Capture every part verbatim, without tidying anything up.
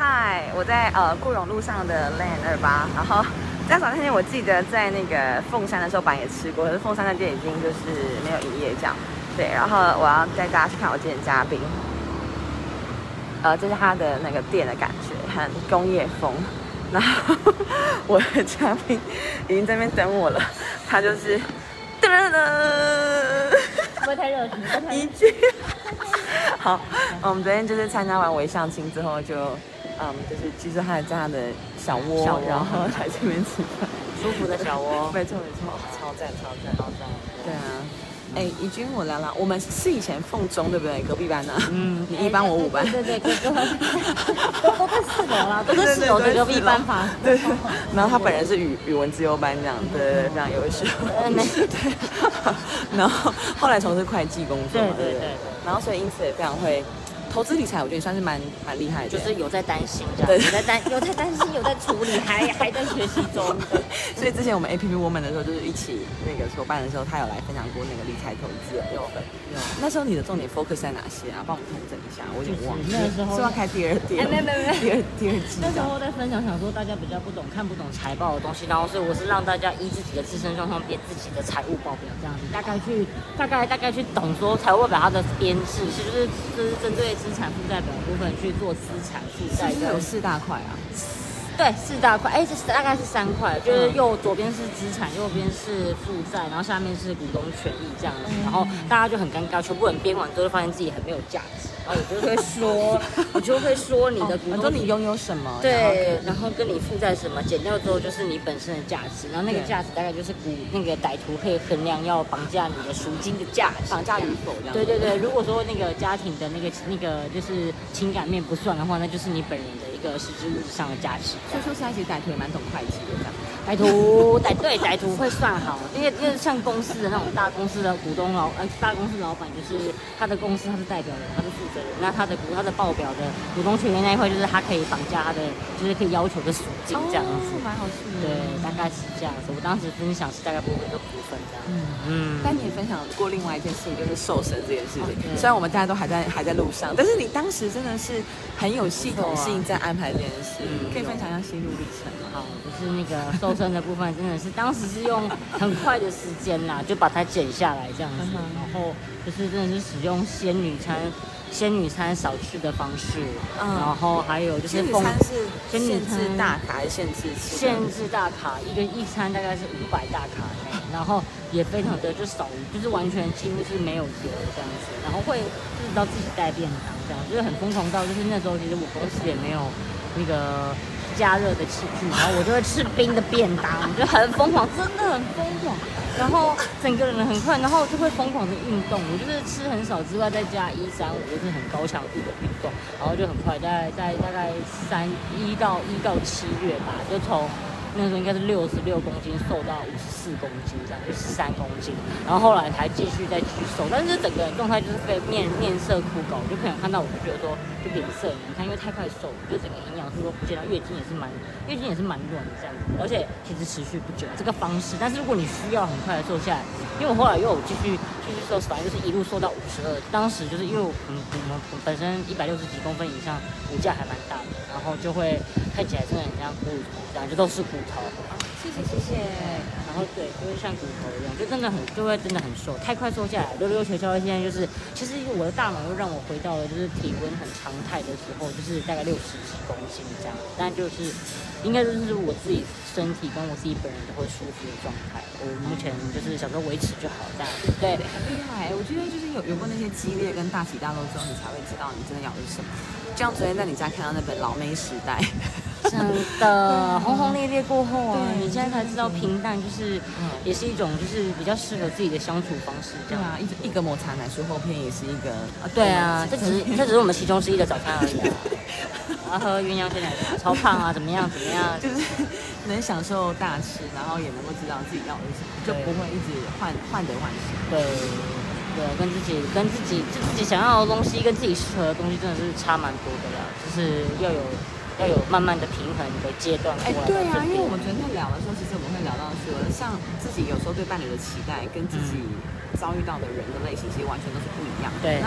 嗨，我在呃顾荣路上的 Lane 二八，然后这家早餐店我记得在那个凤山的时候本来也吃过，可是凤山那店已经就是没有营业这样。对，然后我要带大家去看我今天的嘉宾，呃，这是他的那个店的感觉，很工业风。然后我的嘉宾已经在那边等我了，他就是噔噔噔， 不会太热情， 一句。好，我们昨天就是参加完微相亲之后就，嗯，就是据说他在他的小窝， 小窝然后来这边吃饭， 舒服的小窝， 没错没错， 超赞超赞超赞。 对啊。哎，怡君，我聊聊，我们是以前凤中对不对？隔壁班的、啊，嗯，你一班我五班， 对对对，哥哥都都在四楼啦，都在四楼的隔壁班房。 对，然后他本人是语语文自由班这样，对，非常优秀。对，然后后来从事会计工作， 对对对对， 然后所以因此也非常会。投资理财，我觉得算是蛮蛮厉害的， 就是有在担心这样，有在担有在担心，有在处理，还还在学习中。 所以之前我们 A P P Woman 的时候，就是一起那个筹办的时候，他有来分享过那个理财投资的部分。有，那时候你的重点 focus 在哪些啊？帮我们统整一下，我有点忘了。 那时候是要开第二第二，没没没，第二第二季。 那时候在分享，想说大家比较不懂、看不懂财报的东西，然后所以我是让大家依自己的自身状况编自己的财务报表，这样子大概去大概大概去懂说财务报表它的编制是就是就是针对资产负债表部分去做资产负债， 是不是有四大块啊？ 对，四大块，哎，这大概是三块，就是右左边是资产，右边是负债，然后下面是股东权益这样子，然后大家就很尴尬，全部人编完之后就发现自己很没有价值，然后我就会说，我就会说你的股东， 说你拥有什么， 对，然后跟你负债什么，减掉之后就是你本身的价值，然后那个价值大概就是股那个歹徒可以衡量要绑架你的赎金的价值， 绑架与否这样。 对对对，如果说那个家庭的那个那个就是情感面不算的话，那就是你本人的一个实质物质上的价值。 所以说，现在其实歹徒也蛮懂会计的，这样。 歹徒歹对歹徒会算好，因为因为像公司的那种大公司的股东老呃大公司老板就是他的公司他是代表人，他是负责人，那他的股他的报表的股东权益那一块就是他可以绑架他的，就是可以要求的赎金这样子， 蛮好吃的。 对，大概是这样子。我当时分享是大概不会个部分这样。嗯嗯。但你也分享过另外一件事情，就是瘦身这件事情。虽然我们大家都还在还在路上，但是你当时真的是很有系统性在安排这件事，可以分享一下心路历程吗？ 好，就是那个瘦身的部分，真的是当时是用很快的时间啦，就把它减下来这样子，然后就是真的是使用仙女餐、仙女餐少吃的方式，嗯、然后还有就是仙女餐是限制大卡还是限制限制大卡，一个一餐大概是五百大卡内，然后也非常的就少，就是完全几乎是没有油这样子，然后会就是到自己带便当这样，就是很疯狂到就是那时候其实我公司也没有那个加热的器具，然后我就会吃冰的便当，我就很疯狂，真的很疯狂。然后整个人很快，然后就会疯狂的运动。我就是吃很少之外，再加一三五，就是很高强度的运动，然后就很快，在在大概三一到一到七月吧，就从那时候应该是六十六公斤瘦到五十四公斤，这样就十三公斤，然后后来还继续再继续瘦，但是整个人状态就是被面面色枯槁，就朋友看到我就觉得说就脸色难看，因为太快瘦，就整个营养素都不见了，月经也是蛮月经也是蛮乱的这样子，而且其实持续不久这个方式，但是如果你需要很快的瘦下来，因为我后来又有继续继续瘦，反正就是一路瘦到五十二，当时就是因为我们我们本身一百六十几公分以上，骨架还蛮大的，然后就会看起来真的很像骨头这样，就都是骨头。 谢谢谢谢。 然后对，就会像骨头一样，就真的很就会真的很瘦，太快瘦下来。溜溜球球现在就是，其实我的大脑又让我回到了就是体温很常态的时候，就是大概六十几公斤这样，但就是应该就是我自己身体跟我自己本人都会舒服的状态。我目前就是想说维持就好这样。对， 很厉害。我觉得就是有有过那些激烈跟大起大落之后，你才会知道你真的要的是什么。就像昨天在你家看到那本《老妹时代》。 真的轰轰烈烈过后啊，你现在才知道平淡就是，也是一种就是比较适合自己的相处方式。这样啊，一一个抹茶奶酥厚片也是一个啊，对啊，这只是这只是我们其中之一的早餐而已、啊。然后喝鸳鸯鲜奶茶，超胖啊，怎么样怎么样？ 就是能享受大吃，然后也能够知道自己要的是什么，就不会一直患患得患失。 对。对，跟自己跟自己自己想要的东西，跟自己适合的东西，真的是差蛮多的啦。就是要有要有慢慢的平衡的阶段。 哎，对啊，因为我们昨天在聊的时候，其实我们会聊到说，像自己有时候对伴侣的期待，跟自己遭遇到的人的类型，其实完全都是不一样的。 对。 那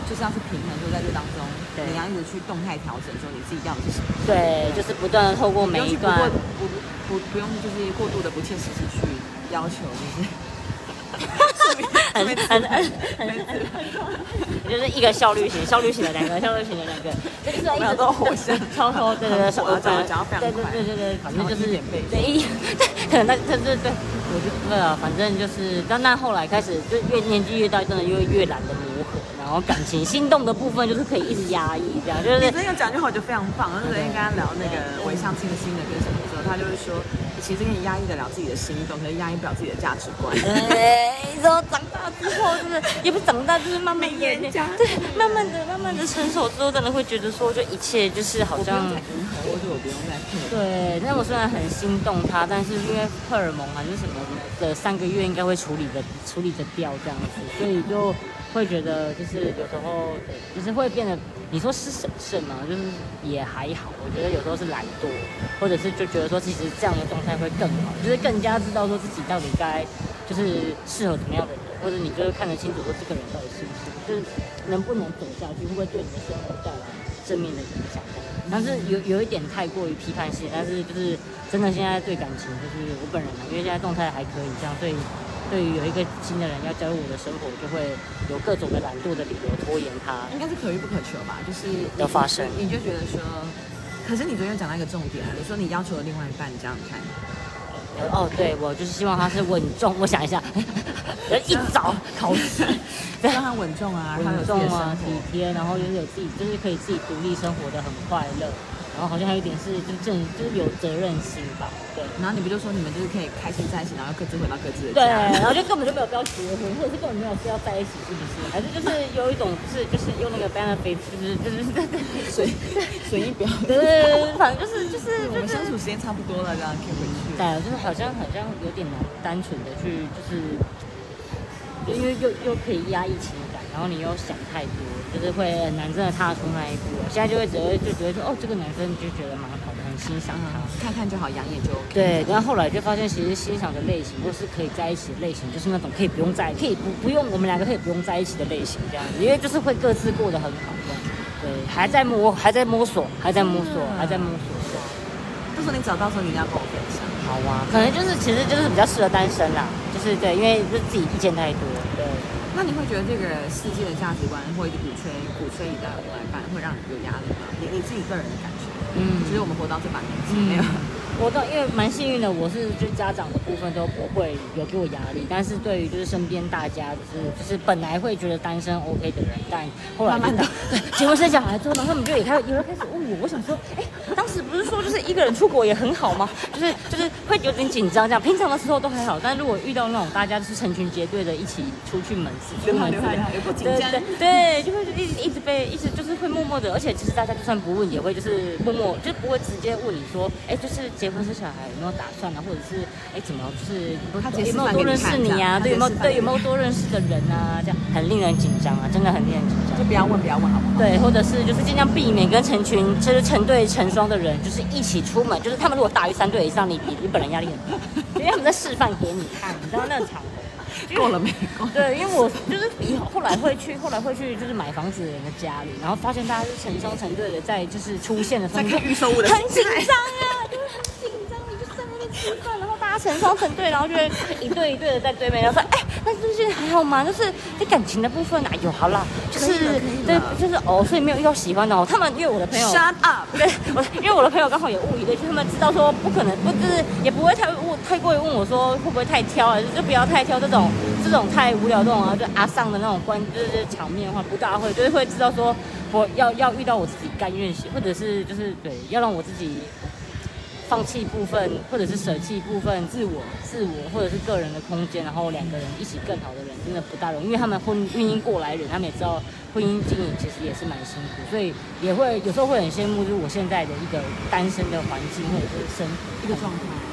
就是要去平衡，说在这当中， 对你要一直去动态调整，说你自己要的是什么。 对，就是不断的透过每一段， 不不不用就是过度的不切实际去要求，就是。 很很很很，就是一个效率型，效率型的两个，效率型的两个，就是没有都火象， 超超对对对， 我讲讲到非常快， 对对对对，反正就是对一，可能那对对对，我就对啊，反正就是，但那后来开始就越年纪越大，真的越越懒得磨合，然后感情心动的部分就是可以一直压抑，这样就是。 你这个讲句话我觉得非常棒，那昨天跟他聊那个尾上清新的跟什么的时候，他就是说。其实可以压抑得了自己的心动，可是压抑不了自己的价值观。 对，然后长大之后，就是也不长大，就是慢慢的，对，慢慢的、慢慢的成熟之后，真的会觉得说，就一切就是好像， 或者我不用再配。 对，那我虽然很心动他，但是因为荷尔蒙还是什么的，三个月应该会处理的处理的掉这样子，所以就会觉得就是有时候就是会变得。你说是审慎吗？就是也还好，我觉得有时候是懒惰，或者是就觉得说，其实这样的状态会更好，就是更加知道说自己到底该就是适合怎么样的人，或者你就是看得清楚说这个人到底是不是，就是能不能走下去，会不会对你的生活带来正面的影响。但是有有一点太过于批判性，但是就是真的现在对感情，就是我本人啊，因为现在状态还可以这样，所以。对于有一个新的人要加入我的生活，就会有各种的懒惰的理由拖延他。 应该是可遇不可求吧，就是要发生。 你就觉得说，可是你昨天讲到一个重点，你说你要求了另外一半，你这样看。 哦，对，我就是希望他是稳重。我想一下，一早考试， 让他稳重啊， 稳重啊，体贴，然后就是有自己，就是可以自己独立生活的很快乐。然后好像还有一点是，就正就是有责任心吧，对。 然后你不就说你们就是可以开心在一起，然后各自回到各自的家。对，然后就根本就没有必要结婚，或者是根本没有必要在一起，是不是？还是就是有一种是就是用那个 benefit， 就是就是随随意表。 对对对，反正就是就是我们相处时间差不多了，这样可以回去。 对，就是好像好像有点难单纯的去就是，因为又又可以压抑情感，然后你又想太多。就是会很难真的踏出那一步，现在就会只会就觉得说，哦，这个男生就觉得蛮好的，很欣赏他， 看看就好，养眼就 OK。 对，然后后来就发现，其实欣赏的类型或是可以在一起的类型，就是那种可以不用在，可以不不用我们两个可以不用在一起的类型，这样子，因为就是会各自过得很好，这样。对，还在摸，还在摸索，还在摸索，还在摸索。 到时候你找到时候，你一定要跟我分享。 好啊，可能就是其实就是比较适合单身啦，就是对，因为就是自己意见太多，对。 那你会觉得这个世界的价值观会鼓吹鼓吹你的另外一半，会让你有压力吗？你你自己个人的感觉？嗯，其实我们活到这把年纪，没有。 活到，因为蛮幸运的，我是就家长的部分都不会有给我压力，但是对于就是身边大家就是就是本来会觉得单身 OK 的人，但后来慢慢的对结婚生小孩之后，然后他们就也开始有人开始问我，我想说，哎，当时不是说就是一个人出国也很好吗？就是就是会有点紧张这样，平常的时候都还好，但如果遇到那种大家就是成群结队的一起出去门市，出门对对对，就会一直一直被一直就是会默默的，而且其实大家就算不问也会就是默默就不会直接问你说，哎，就是结婚生小孩有没有打算啊，或者是哎怎么就是有没有多认识你啊？对，有没有对有没有多认识的人啊？这样很令人紧张啊，真的很令人紧张。 就不要问，不要问好不好？ 对，或者是就是尽量避免跟成群就是成对成双的人就是一起出门，就是他们如果大于三对以上，你你你本人压力很大，因为他们在示范给你看，你知道那个场合。 够了没？够了。 对，因为我就是以后后来会去，后来会去就是买房子的人的家里，然后发现大家是成双成对的在就是出现的时候， 在看预售物的， 很紧张啊，就是很紧张，你就在那边吃饭，然后大家成双成对，然后就会一对一对的在对面，然后说，哎，那最近还好吗？就是在感情的部分啊，有好啦，就是对，就是哦，所以没有遇到喜欢的哦。他们因为我的朋友 ，shut up， 对，我因为我的朋友刚好也误以为，就他们知道说不可能，不就是也不会太问太过于问我说会不会太挑啊，就不要太挑这种。这种太无聊这种啊，就阿上的那种关，就是场面的话不大会，就是会知道说我要要遇到我自己甘愿写，或者是就是对，要让我自己放弃部分，或者是舍弃部分自我、自我或者是个人的空间，然后两个人一起更好的人，真的不大容易，因为他们婚婚姻过来人，他们也知道婚姻经营其实也是蛮辛苦，所以也会有时候会很羡慕，就是我现在的一个单身的环境或者是生活一个状态。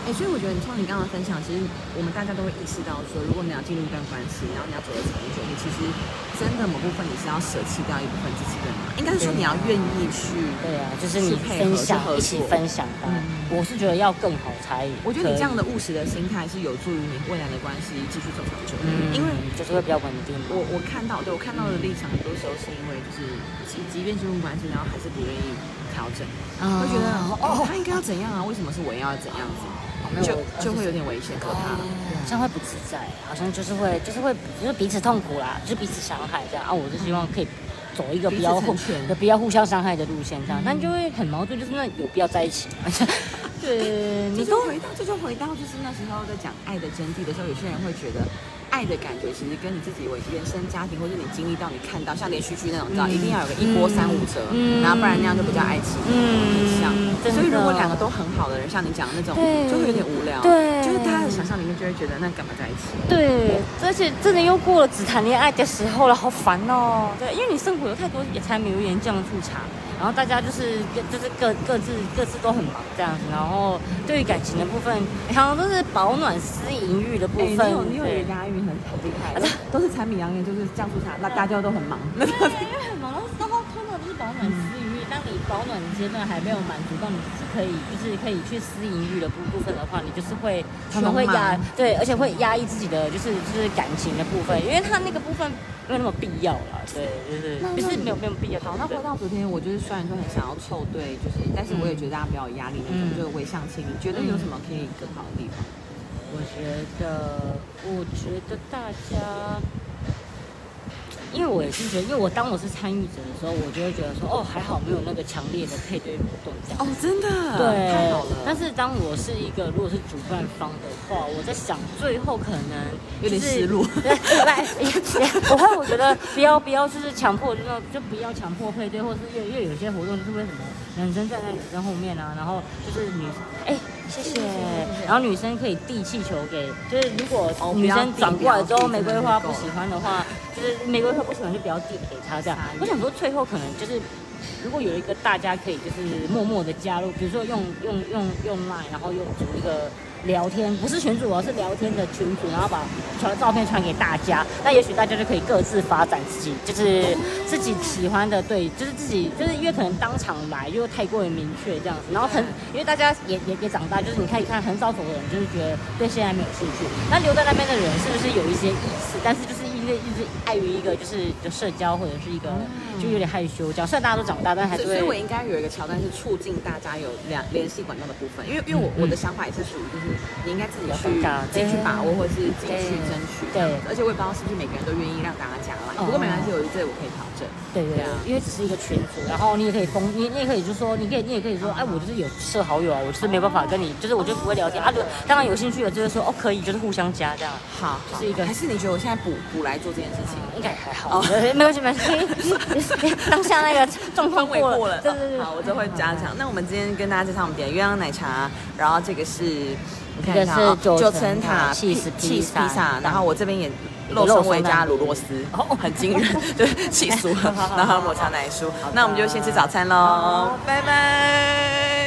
哎，所以我觉得你从你刚刚的分享，其实我们大家都会意识到说，如果你要进入一段关系，然后你要走得长久，你其实真的某部分你是要舍弃掉一部分自己的嘛，应该是说你要愿意去， 对啊，就是你分享一起分享吧。嗯，我是觉得要更好才。 我觉得你这样的务实的心态是有助于你未来的关系继续走长久的， 嗯， 因为就是会比较稳定。 我我看到，对我看到的立场，很多时候是因为就是即即便进入关系，然后还是不愿意调整，会觉得哦他应该要怎样啊，为什么是我要怎样子？就就会有点危险可怕， 这样会不自在，好像就是会就是会就是彼此痛苦啦，就是彼此伤害这样啊。我是希望可以走一个不要互不要互相伤害的路线这样，但就会很矛盾，就是那有必要在一起吗？对，你都回到这就回到就是那时候在讲爱的真谛的时候，有些人会觉得。爱的感觉其实跟你自己为原生家庭，或者你经历到、你看到，像连续剧那种，你知道，一定要有个一波三五折，嗯、然后不然那样就比较爱情，嗯，像。所以如果两个都很好的人，像你讲的那种，就会有点无聊，对，就是大家的想象里面就会觉得那干嘛在一起？ 对，而且真的又过了只谈恋爱的时候了，好烦哦。对，因为你生活有太多柴米油盐酱醋茶。然后大家就是就是各各自各自都很忙这样子，然后对于感情的部分，好像都是保暖私淫欲的部分。 欸、你有你有一个押韵很很厉害，都是柴米油盐就是酱醋茶，那大家都很忙。 对，因为很忙，然后通常都是保暖私淫欲。当你保暖的阶段还没有满足到你自己可以就是可以去私淫欲的部部分的话，你就是会他们会压对，而且会压抑自己的就是就是感情的部分，因为他那个部分。没有那么必要啦，对，就是不是没有没有必要。 好，那回到昨天，我就是虽然说很想要凑对，就是，但是我也觉得大家不要有压力那种，嗯、就是微相亲。你觉得有什么可以更好的地方？ 我觉得，我觉得大家。因为我也是觉得，因为我当我是参与者的时候，我就会觉得说，哦，还好没有那个强烈的配对活动这样。 哦，真的， 对， 太好了。 但是当我是一个如果是主办方的话，我在想最后可能、 就是、有点失落。 对，我会我觉得不要不要就是强迫，就就不要强迫配对，或是因为因为有些活动就是为什么男生站在女生后面啊，然后就是女哎。谢谢。然后女生可以递气球给，就是如果女生转过来之后，玫瑰花不喜欢的话，就是玫瑰花不喜欢就不要递给她这样。我想说最后可能就是，如果有一个大家可以就是默默的加入，比如说用用用用 Line， 然后用组一个聊天，不是群组哦，是聊天的群组，然后把传照片传给大家，那也许大家就可以各自发展自己，就是自己喜欢的，对，就是自己，就是因为可能当场来又太过于明确这样子，然后很，因为大家也也也长大，就是你看一看很少走的人，就是觉得对现在没有兴趣，那留在那边的人是不是有一些意思？但是就是因为一直碍于一个就是就社交或者是一个就有点害羞这样，虽然大家都长大，但还是会。 所以我应该有一个桥段是促进大家有两联系管道的部分，因为因为我我的想法也是属于就是你应该自己去自己去把握，或者是自己去争取。对，而且我也不知道是不是每个人都愿意让大家加来，不过没关系，我觉得这我可以调整。 对对啊，因为只是一个群组，然后你也可以封，你你也可以就说，你可以你也可以说，哎，我就是有设好友啊，我就是没办法跟你，就是我就不会聊天啊。当然有兴趣的就是说，哦，可以，就是互相加这样。 好，是一个。还是你觉得我现在补补来做这件事情， 应该还好，没关系没关系。当下那个状况过了， 对对对，好，我就会加强。那我们今天跟大家介绍我们点鸳鸯奶茶，然后这个是，你看一下啊，九层塔 cheese 披萨，然后我这边也。肉松味加乳酪丝，哦，很惊人，对，气死了。然后抹茶奶酥，那我们就先吃早餐喽，拜拜。